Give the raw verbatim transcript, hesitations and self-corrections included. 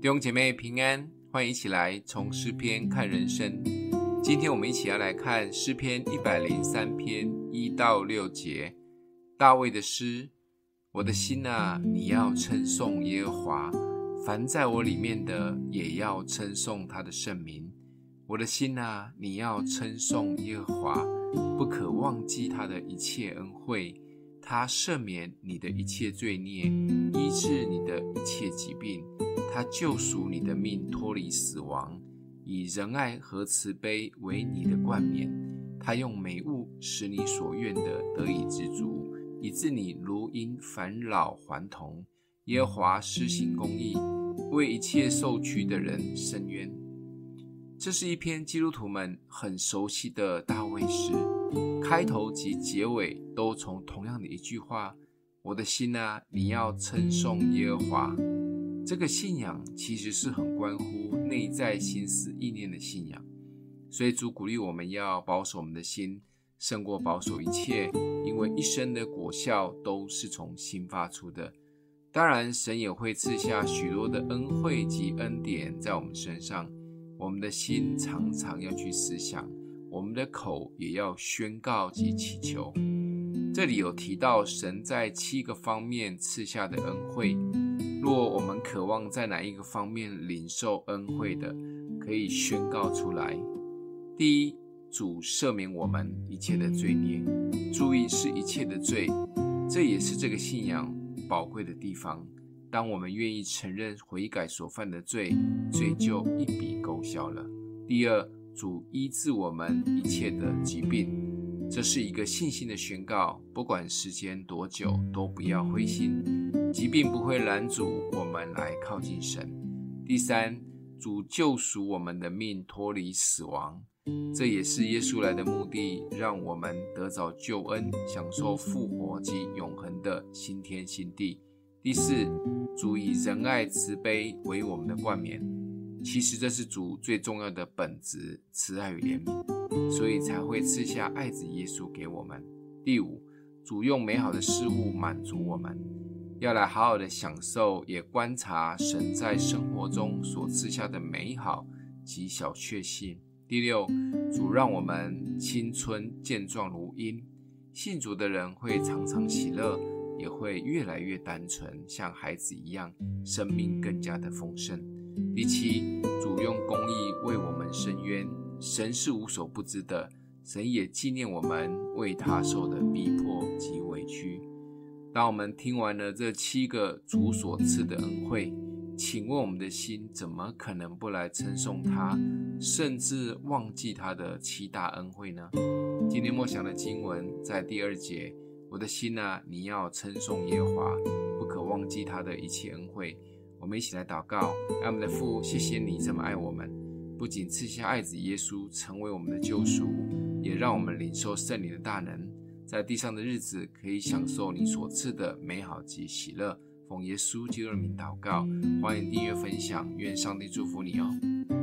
弟兄姐妹平安，欢迎一起来从诗篇看人生。今天我们一起要来看诗篇一百零三篇一到六节，大卫的诗。我的心啊，你要称颂耶和华，凡在我里面的也要称颂他的圣名。我的心啊，你要称颂耶和华，不可忘记他的一切恩惠，他赦免你的一切罪孽，医治你的一切疾病，他救赎你的命脱离死亡，以仁爱和慈悲为你的冠冕，他用美物使你所愿的得以知足，以致你如因返老还童。耶和华施行公义，为一切受屈的人伸冤。这是一篇基督徒们很熟悉的大卫诗，开头及结尾都从同样的一句话：我的心啊，你要称颂耶和华。这个信仰其实是很关乎内在心思意念的信仰，所以主鼓励我们要保守我们的心，胜过保守一切，因为一生的果效都是从心发出的。当然，神也会赐下许多的恩惠及恩典在我们身上，我们的心常常要去思想，我们的口也要宣告及祈求。这里有提到神在七个方面赐下的恩惠，若我们渴望在哪一个方面领受恩惠的，可以宣告出来。第一，主赦免我们一切的罪孽，注意是一切的罪，这也是这个信仰宝贵的地方。当我们愿意承认悔改所犯的罪，罪就一笔勾销了。第二，主医治我们一切的疾病，这是一个信心的宣告，不管时间多久，都不要灰心，疾病不会拦阻我们来靠近神。第三，主救赎我们的命脱离死亡，这也是耶稣来的目的，让我们得着救恩，享受复活及永恒的新天新地。第四，主以仁爱慈悲为我们的冠冕，其实这是主最重要的本质，慈爱与怜悯，所以才会赐下爱子耶稣给我们。第五，主用美好的事物满足我们，要来好好的享受，也观察神在生活中所赐下的美好及小确幸。第六，主让我们青春健壮如鹰，信主的人会常常喜乐，也会越来越单纯，像孩子一样，生命更加的丰盛。第七，主用公义为我们伸冤，神是无所不知的，神也纪念我们为他受的逼迫及委屈。当我们听完了这七个主所赐的恩惠，请问我们的心怎么可能不来称颂他，甚至忘记他的七大恩惠呢？今天默想的经文在第二节，我的心啊，你要称颂耶和华，不可忘记他的一切恩惠。我们一起来祷告。爱我们的父，谢谢你这么爱我们，不仅赐下爱子耶稣成为我们的救赎，也让我们领受圣灵的大能，在地上的日子可以享受你所赐的美好及喜乐。奉耶稣基督的名祷告，欢迎订阅分享，愿上帝祝福你哦。